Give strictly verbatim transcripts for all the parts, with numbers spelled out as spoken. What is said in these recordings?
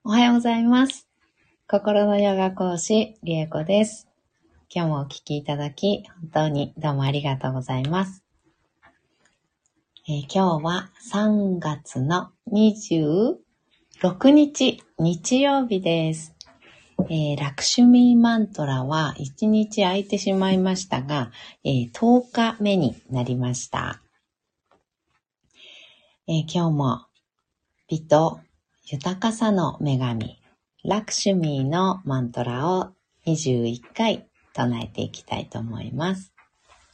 おはようございます。心のヨガ講師、りえこです。今日もお聞きいただき、本当にどうもありがとうございます。えー、今日はさんがつのにじゅうろくにち、日曜日です。えー、ラクシュミーマントラはいちにち空いてしまいましたが、えー、とおかめになりました。えー、今日も美と豊かさの女神、ラクシュミーのマントラをにじゅういっかい唱えていきたいと思います。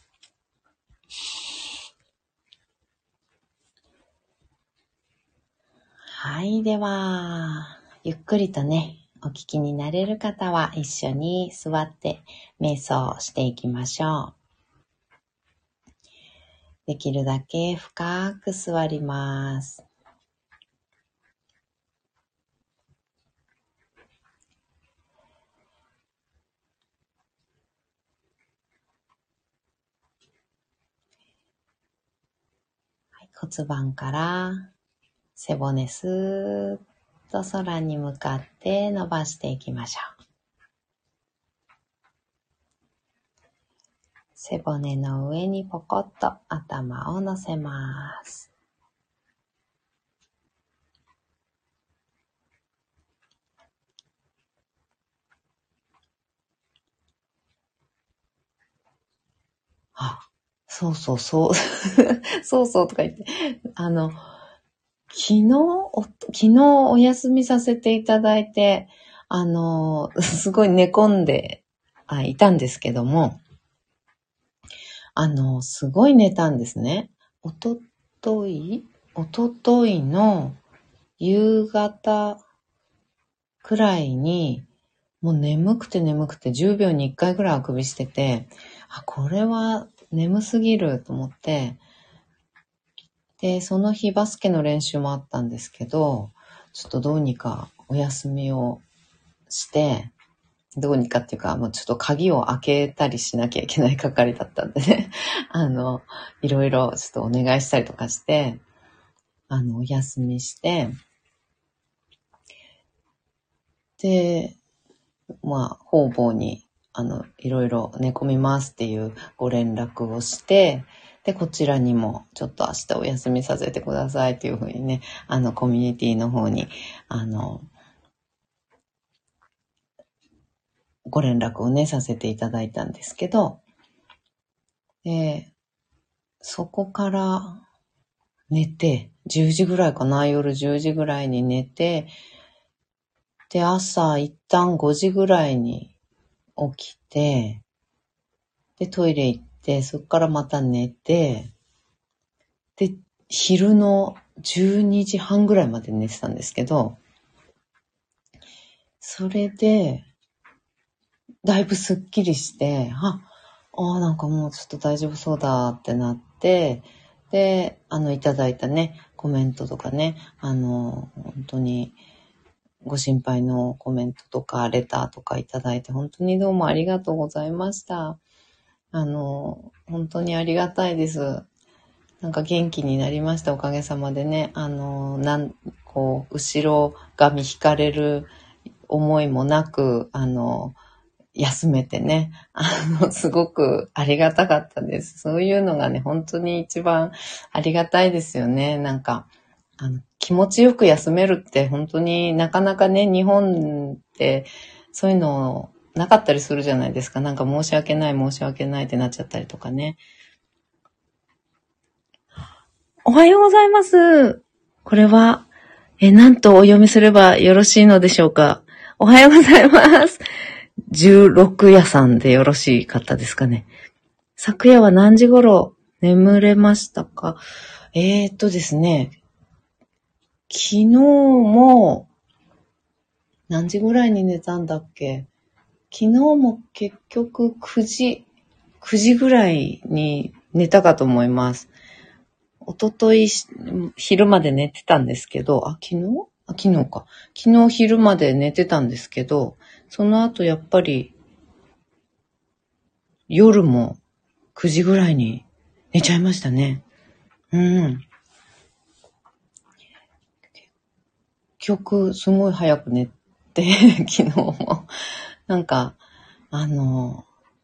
はい、では、ゆっくりとね、お聞きになれる方は一緒に座って瞑想していきましょう。できるだけ深く座ります。はい、骨盤から背骨スーッと空に向かって伸ばしていきましょう。背骨の上にポコッと頭を乗せます。あ、そうそうそう。そうそうとか言って。あの、昨日、昨日お休みさせていただいて、あの、すごい寝込んであいたんですけども、あの、すごい寝たんですね。おとといおとといの夕方くらいに、もう眠くて眠くてじゅうびょうにいっかいぐらいあくびしてて、あ、これは眠すぎると思って、で、その日バスケの練習もあったんですけど、ちょっとどうにかお休みをして、どうにかっていうか、もうちょっと鍵を開けたりしなきゃいけない係だったんでね、あの、いろいろちょっとお願いしたりとかして、あの、お休みして、で、まあ、方々に、あの、いろいろ寝込みますっていうご連絡をして、で、こちらにもちょっと明日お休みさせてくださいっていうふうにね、あの、コミュニティの方に、あの、ご連絡をね、させていただいたんですけど、で、そこから寝て、じゅうじぐらいかな、夜じゅうじぐらいに寝て、で、朝一旦ごじぐらいに起きて、で、トイレ行って、そこからまた寝て、で、昼のじゅうにじはんぐらいまで寝てたんですけど、それで、だいぶスッキリして、あ、あなんかもうちょっと大丈夫そうだってなって、で、あの、いただいたね、コメントとかね、あの、本当にご心配のコメントとか、レターとかいただいて、本当にどうもありがとうございました。あの、本当にありがたいです。なんか元気になりました、おかげさまでね。あの、なん、こう、後ろ髪引かれる思いもなく、あの、休めてね、あの、すごくありがたかったです。そういうのがね、本当に一番ありがたいですよね。なんか、あの、気持ちよく休めるって本当になかなかね、日本ってそういうのなかったりするじゃないですか。なんか申し訳ない申し訳ないってなっちゃったりとかね。おはようございます。これは、え、なんとお読みすればよろしいのでしょうか。おはようございます。じゅうろく夜さんでよろしい方ですかね。昨夜は何時頃眠れましたか？えーっとですね、昨日も何時ぐらいに寝たんだっけ？昨日も結局くじ、くじぐらいに寝たかと思います。おととい昼まで寝てたんですけど、あ、昨日あ、昨日か。昨日昼まで寝てたんですけど、その後やっぱり夜もくじぐらいに寝ちゃいましたね。うん。 局すごい早く寝て、昨日も。なんか、あの、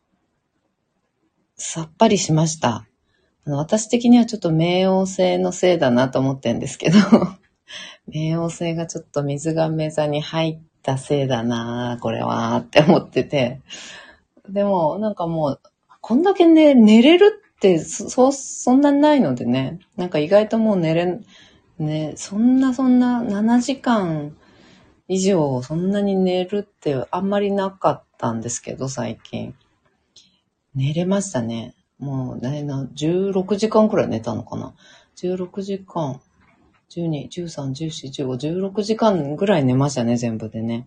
さっぱりしました。あの私的にはちょっと冥王星のせいだなと思ってるんですけど、冥王星がちょっと水亀座に入ったせいだな、これは、って思ってて。でも、なんかもう、こんだけね、寝れるって、そ、そんなにないのでね。なんか意外ともう寝れ、ね、そんなそんなななじかん以上、そんなに寝るってあんまりなかったんですけど、最近。寝れましたね。もうね、じゅうろくじかんくらい寝たのかな。じゅうろくじかん。じゅうに、じゅうさん、じゅうよん、じゅうご、じゅうろくじかんぐらい寝ましたね、全部でね。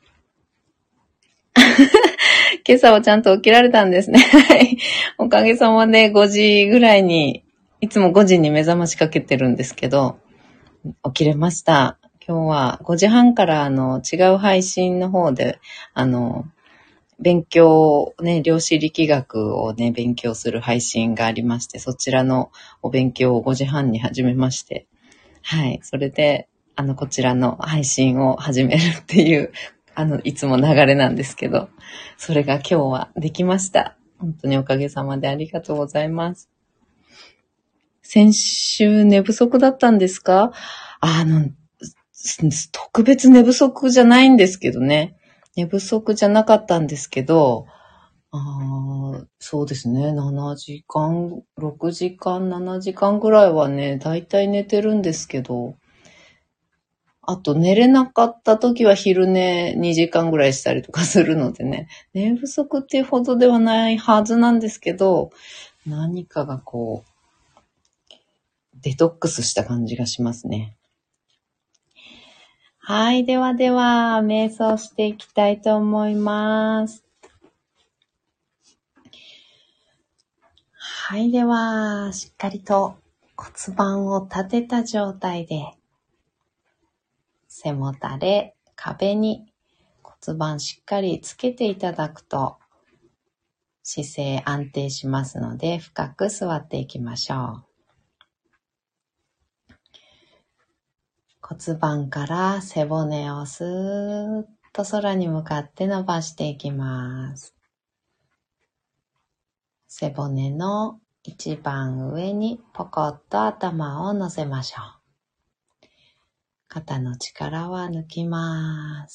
今朝はちゃんと起きられたんですね。はい。おかげさまでごじぐらいに、いつもごじに目覚ましかけてるんですけど、起きれました。今日はごじはんからあの違う配信の方で、あの、勉強、ね、量子力学をね、勉強する配信がありまして、そちらのお勉強をごじはんに始めまして、はい。それで、あの、こちらの配信を始めるっていう、あの、いつも流れなんですけど、それが今日はできました。本当におかげさまでありがとうございます。先週寝不足だったんですか？あの、特別寝不足じゃないんですけどね。寝不足じゃなかったんですけど、あそうですね。ななじかん、ろくじかん、ななじかんぐらいはね、だいたい寝てるんですけど、あと寝れなかった時は昼寝にじかんぐらいしたりとかするのでね、寝不足っていうほどではないはずなんですけど、何かがこう、デトックスした感じがしますね。はい。ではでは、瞑想していきたいと思います。はい。では、しっかりと骨盤を立てた状態で、背もたれ、壁に骨盤しっかりつけていただくと、姿勢安定しますので、深く座っていきましょう。骨盤から背骨をスーッと空に向かって伸ばしていきます。背骨の一番上にポコッと頭を乗せましょう。肩の力は抜きます。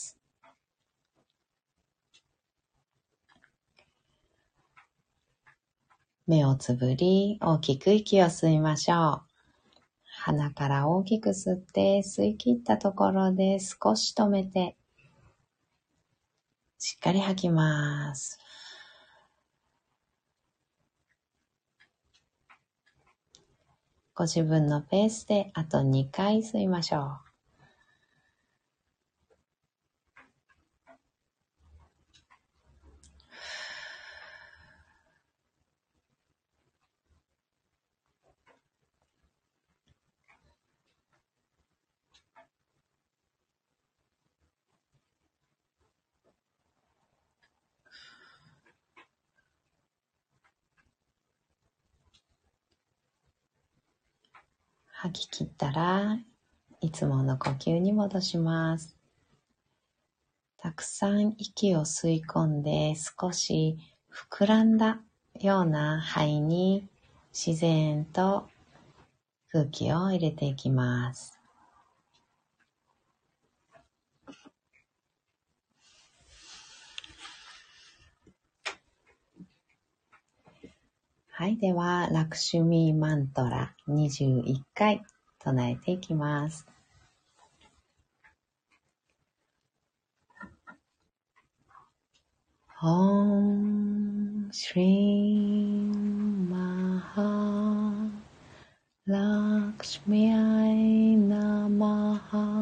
目をつぶり、大きく息を吸いましょう。鼻から大きく吸って、吸い切ったところで少し止めて、しっかり吐きます。ご自分のペースであとにかい吸いましょう。吐き切ったらいつもの呼吸に戻します。たくさん息を吸い込んで少し膨らんだような肺に自然と空気を入れていきます。はい、ではラクシュミーマントラにじゅういっかい唱えていきます。オンシリーマハラクシュミアイナマハ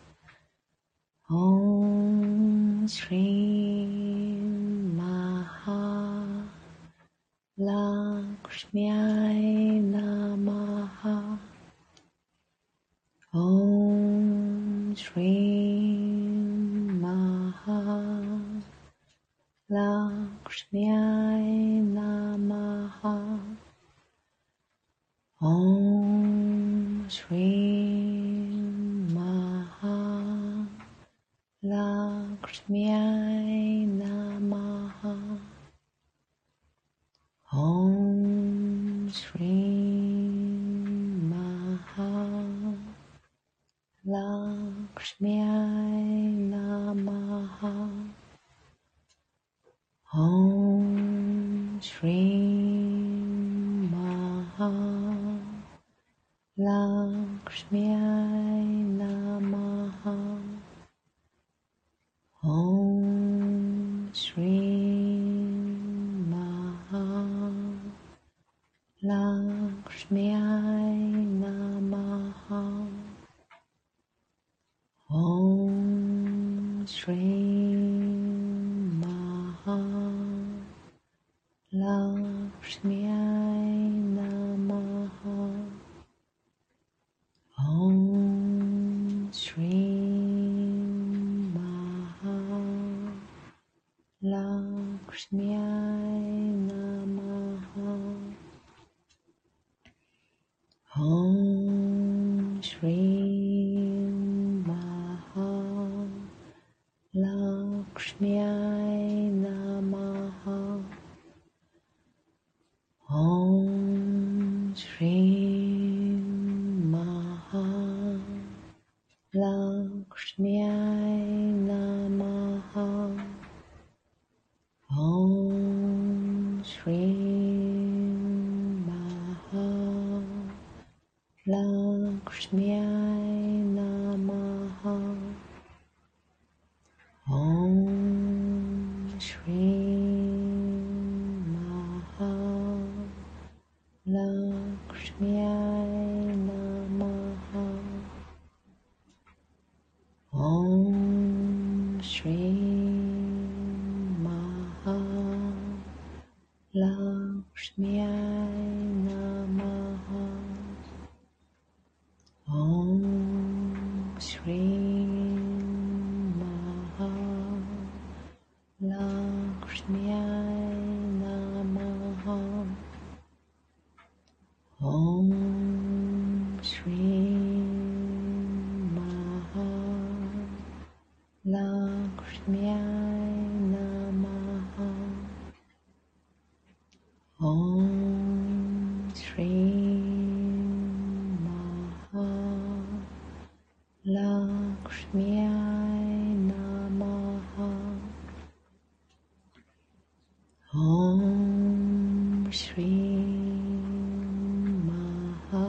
オンシリーマハラクシュミアイナマハオンシリーマハラクシュミアイナマハオンシリーマハ Lakshmyai Namaha. Om Shri Maha Lakshmyai Namaha. Om Shri Maha Lakshmyai Namaha. Om Shri Maha Lakshmyai Namaha. Om Shri Maha Lakshmyai Namaha. Om Shri Maha Lakshmyai Namaha. Om Shri Maha Lakshmyai Namaha. Om Shri Maha Lakshmyai Namaha. Om Shri Maha Lakshmyai Namaha. Om Shri Maha Lakshmyai Namaha. Om Shri Maha Lakshmyai Namaha. Om Shri Maha Lakshmyai Namaha. Om Shri Maha Lakshmyai Namaha. Om Shri Maha Lakshmyai Namaha. Om Shri Maha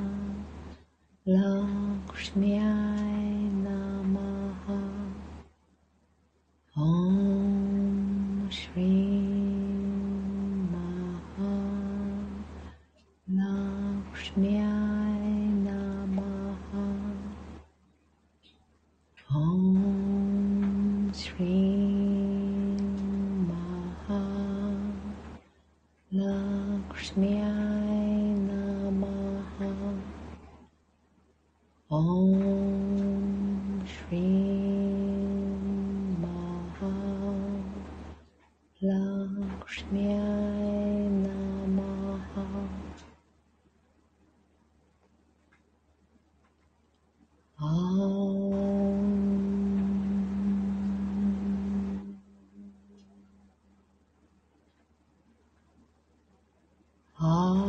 Lakshmyai Namaha. Om Shri Maha Lakshmyai Namaha. Om Shri Maha Lakshmyai Namaha. Om Shri Maha Lakshmyai Namaha. Om.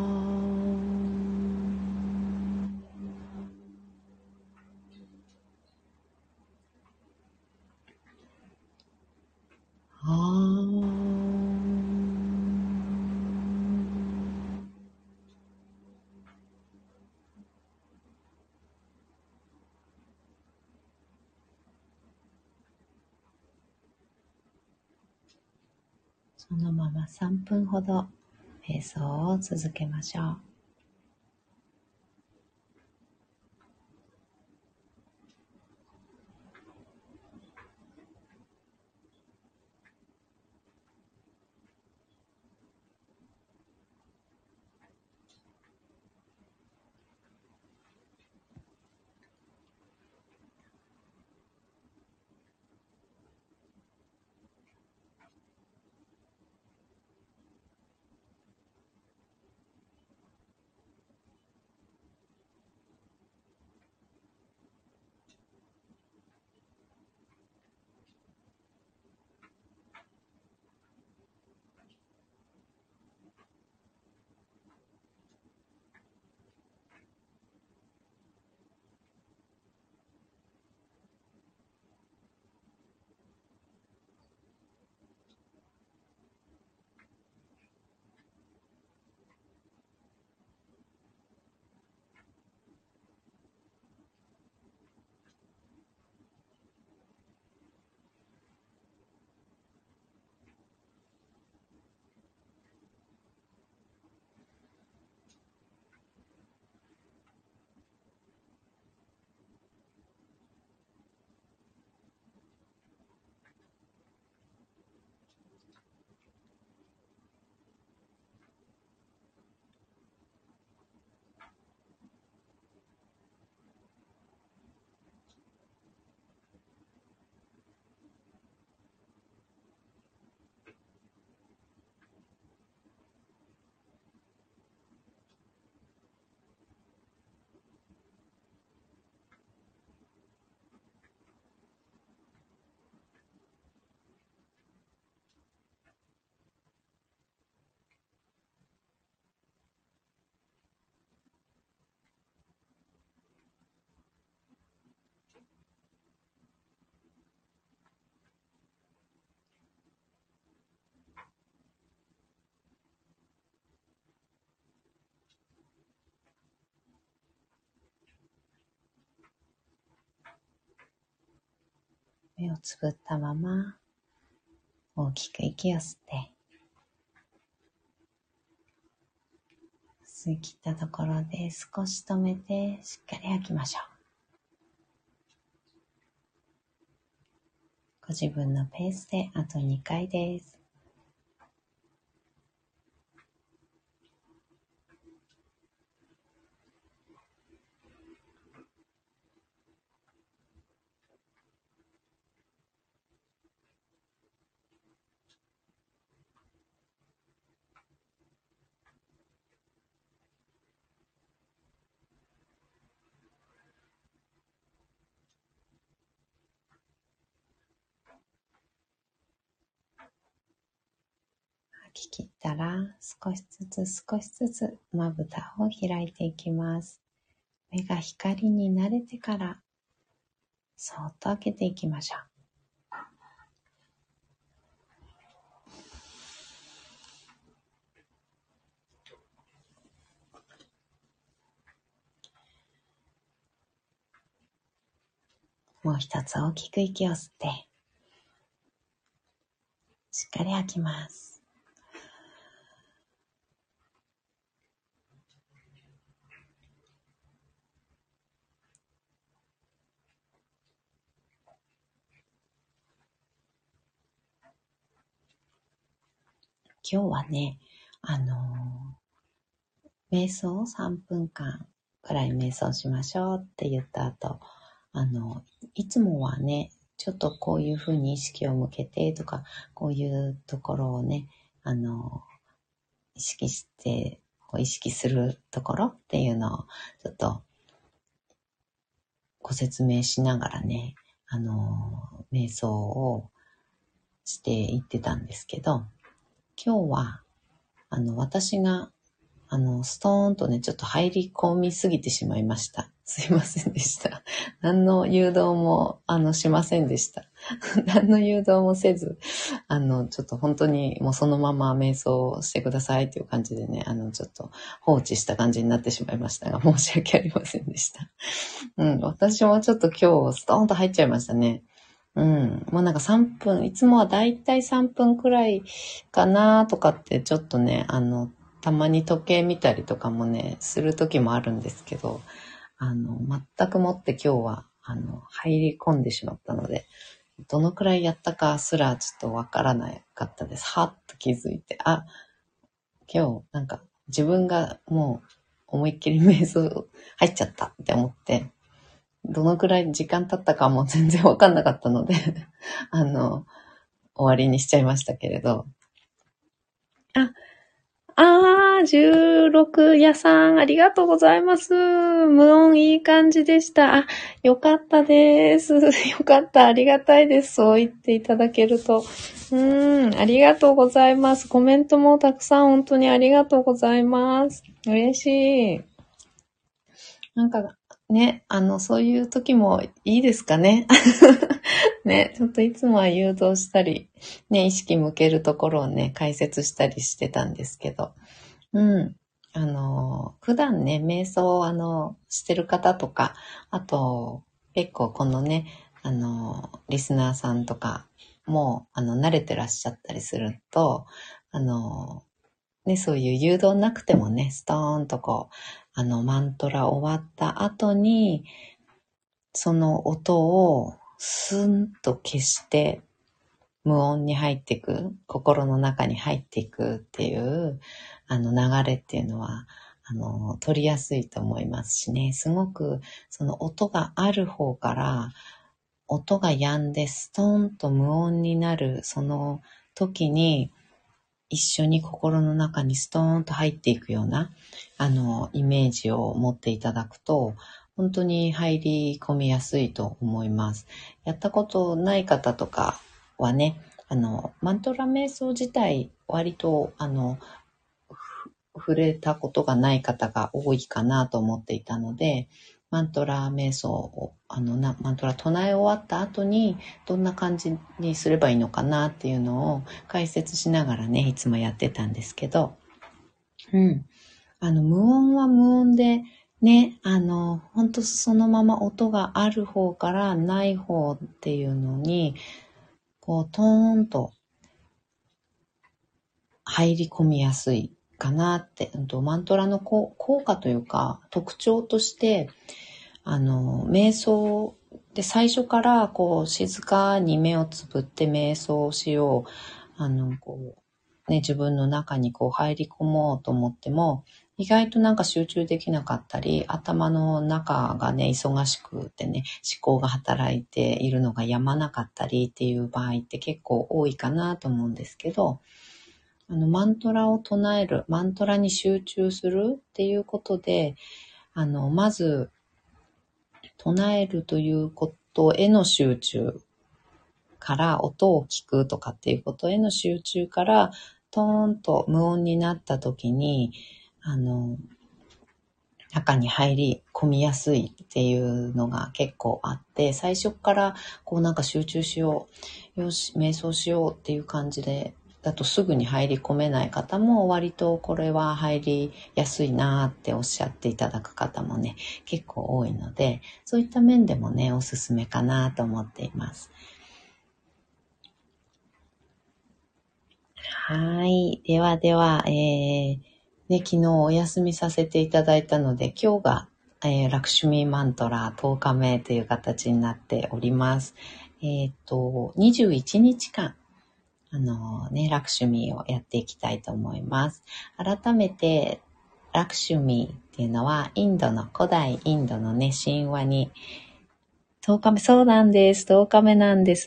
そのままさんぷんほど瞑想を続けましょう。 目をつぶったまま大きく息を吸って、吸い切ったところで少し止めてしっかり吐きましょう。ご自分のペースであとにかいです。吐き切ったら少しずつ少しずつまぶたを開いていきます。目が光に慣れてからそーっと開けていきましょう。もう一つ大きく息を吸ってしっかり吐きます。今日はね、あのー、瞑想をさんぷんかんくらい瞑想しましょうって言った後、あの、いつもはね、ちょっとこういうふうに意識を向けてとか、こういうところをね、あの、意識して、こう意識するところっていうのをちょっとご説明しながらね、あの、瞑想をしていってたんですけど、今日は、あの、私が、あの、ストーンとね、ちょっと入り込みすぎてしまいました。すいませんでした。何の誘導も、あの、しませんでした。何の誘導もせず、あの、ちょっと本当にもうそのまま瞑想してくださいっていう感じでね、あの、ちょっと放置した感じになってしまいましたが、申し訳ありませんでした。うん、私もちょっと今日、ストーンと入っちゃいましたね。うん。もうなんかさんぷん、いつもはだいたいさんぷんくらいかなとかってちょっとね、あの、たまに時計見たりとかもね、する時もあるんですけど、あの、全くもって今日は、あの、入り込んでしまったので、どのくらいやったかすらちょっとわからなかったです。はっと気づいて、あ、今日なんか自分がもう思いっきり瞑想入っちゃったって思って、どのくらい時間経ったかも全然わかんなかったので、あの、終わりにしちゃいましたけれど。あ、あー、じゅうろくやさん、ありがとうございます。無音いい感じでした。あ、よかったです。よかった。ありがたいです。そう言っていただけると。うーん、ありがとうございます。コメントもたくさん本当にありがとうございます。嬉しい。なんかね、あの、そういう時もいいですかね。ね、ちょっといつもは誘導したり、ね、意識向けるところをね、解説したりしてたんですけど、うん。あの、普段ね、瞑想をあの、してる方とか、あと、結構このね、あの、リスナーさんとかも、あの、慣れてらっしゃったりすると、あの、ね、そういう誘導なくてもね、ストーンとこう、あの、マントラ終わった後に、その音をスンと消して、無音に入っていく、心の中に入っていくっていう、あの流れっていうのは、あの、取りやすいと思いますしね、すごくその音がある方から、音が止んでストーンと無音になる、その時に、一緒に心の中にストーンと入っていくような、あの、イメージを持っていただくと、本当に入り込みやすいと思います。やったことない方とかはね、あの、マントラ瞑想自体、割と、あの、触れたことがない方が多いかなと思っていたので、マントラ瞑想を、あのな、マントラ唱え終わった後に、どんな感じにすればいいのかなっていうのを解説しながらね、いつもやってたんですけど、うん。あの、無音は無音で、 ね、あの、本当そのまま音がある方からない方っていうのに、こう、トーンと入り込みやすいかなって、マントラの効果というか、特徴として、あの、瞑想で最初からこう、静かに目をつぶって瞑想しよう。あの、こう、ね、自分の中にこう入り込もうと思っても、意外となんか集中できなかったり、頭の中がね、忙しくてね、思考が働いているのがやまなかったりっていう場合って結構多いかなと思うんですけど、あの、マントラを唱える、マントラに集中するっていうことで、あの、まず、唱えるということへの集中から音を聞くとかっていうことへの集中からトーンと無音になった時にあの中に入り込みやすいっていうのが結構あって最初からこうなんか集中しようよし瞑想しようっていう感じでだとすぐに入り込めない方も割とこれは入りやすいなっておっしゃっていただく方もね結構多いのでそういった面でもねおすすめかなと思っています。はい。ではでは、えー、ね、昨日お休みさせていただいたので、今日が、えー、ラクシュミーマントラとおかめという形になっております。えっと、にじゅういちにちかん、あのね、ラクシュミーをやっていきたいと思います。改めて、ラクシュミーっていうのは、インドの、古代インドのね、神話に、とおかめ、そうなんです。とおかめなんです。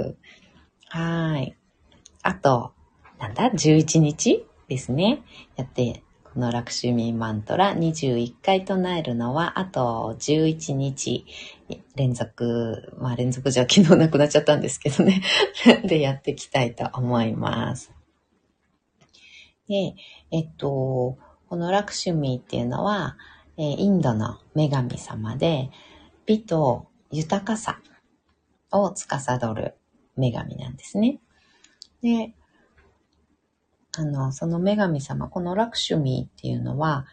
はい。あと、なんだ、じゅういちにちですね。やって、このラクシュミーマントラにじゅういっかい唱えるのは、あとじゅういちにち連続、まあ連続じゃ昨日なくなっちゃったんですけどね。でやっていきたいと思います。で、えっと、このラクシュミーっていうのは、えーインドの女神様で、美と豊かさを司る女神なんですね。で、あの、その女神様、このラクシュミーっていうのは、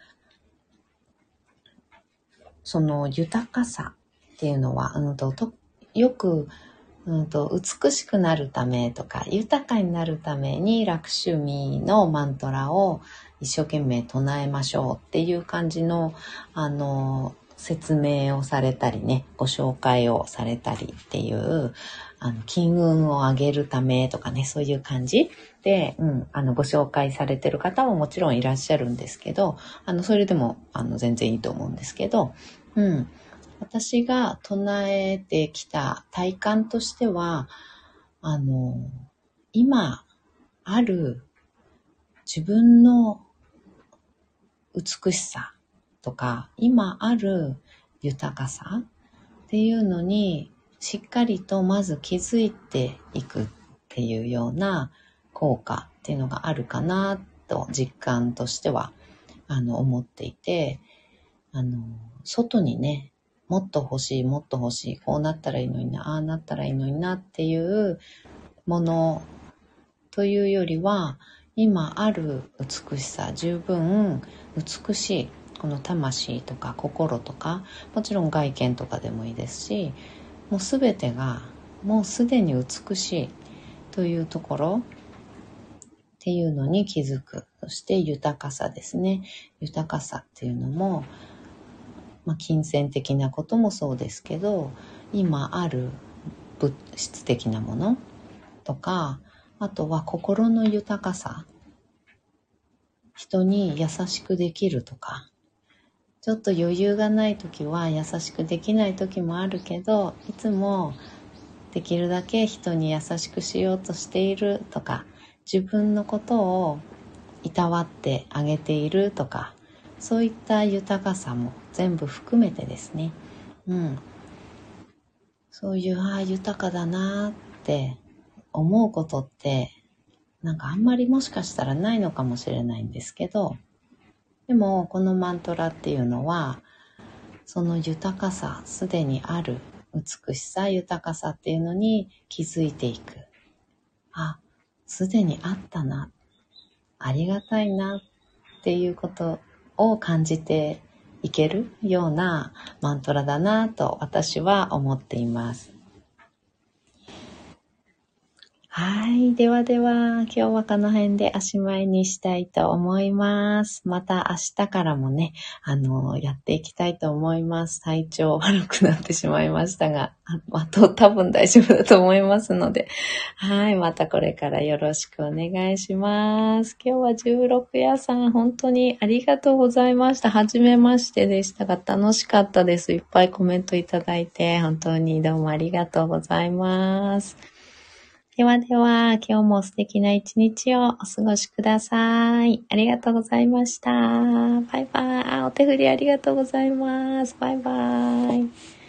その豊かさっていうのは、うんと、とよく、うんと、美しくなるためとか、豊かになるためにラクシュミーのマントラを一生懸命唱えましょうっていう感じの、あの、説明をされたりね、ご紹介をされたりっていう、あの、金運を上げるためとかね、そういう感じで、うん、あの、ご紹介されてる方ももちろんいらっしゃるんですけど、あの、それでも、あの、全然いいと思うんですけど、うん。私が唱えてきた体感としては、あの、今ある自分の美しさとか、今ある豊かさっていうのにしっかりとまず気づいていくっていうような効果っていうのがあるかなと実感としてはあの思っていて、あの外にねもっと欲しいもっと欲しいこうなったらいいのになああなったらいいのになっていうものというよりは今ある美しさ十分美しいこの魂とか心とかもちろん外見とかでもいいですしもうすべてがもうすでに美しいというところっていうのに気づく。そして豊かさですね。豊かさっていうのも、まあ、金銭的なこともそうですけど今ある物質的なものとかあとは心の豊かさ人に優しくできるとかちょっと余裕がない時は優しくできない時もあるけどいつもできるだけ人に優しくしようとしているとか自分のことをいたわってあげているとかそういった豊かさも全部含めてですね、うん、そういうああ豊かだなって思うことってなんかあんまりもしかしたらないのかもしれないんですけどでもこのマントラっていうのはその豊かさすでにある美しさ豊かさっていうのに気づいていくあすでにあったなありがたいなっていうことを感じていけるようなマントラだなと私は思っています。はい。ではでは、今日はこの辺でおしまいにしたいと思います。また明日からもね、あの、やっていきたいと思います。体調悪くなってしまいましたが、あ、あと多分大丈夫だと思いますので、はい。またこれからよろしくお願いします。今日はじゅうろく夜さん、本当にありがとうございました。はじめましてでしたが、楽しかったです。いっぱいコメントいただいて、本当にどうもありがとうございます。ではでは、今日も素敵な一日をお過ごしください。ありがとうございました。バイバイ。お手振りありがとうございます。バイバイ。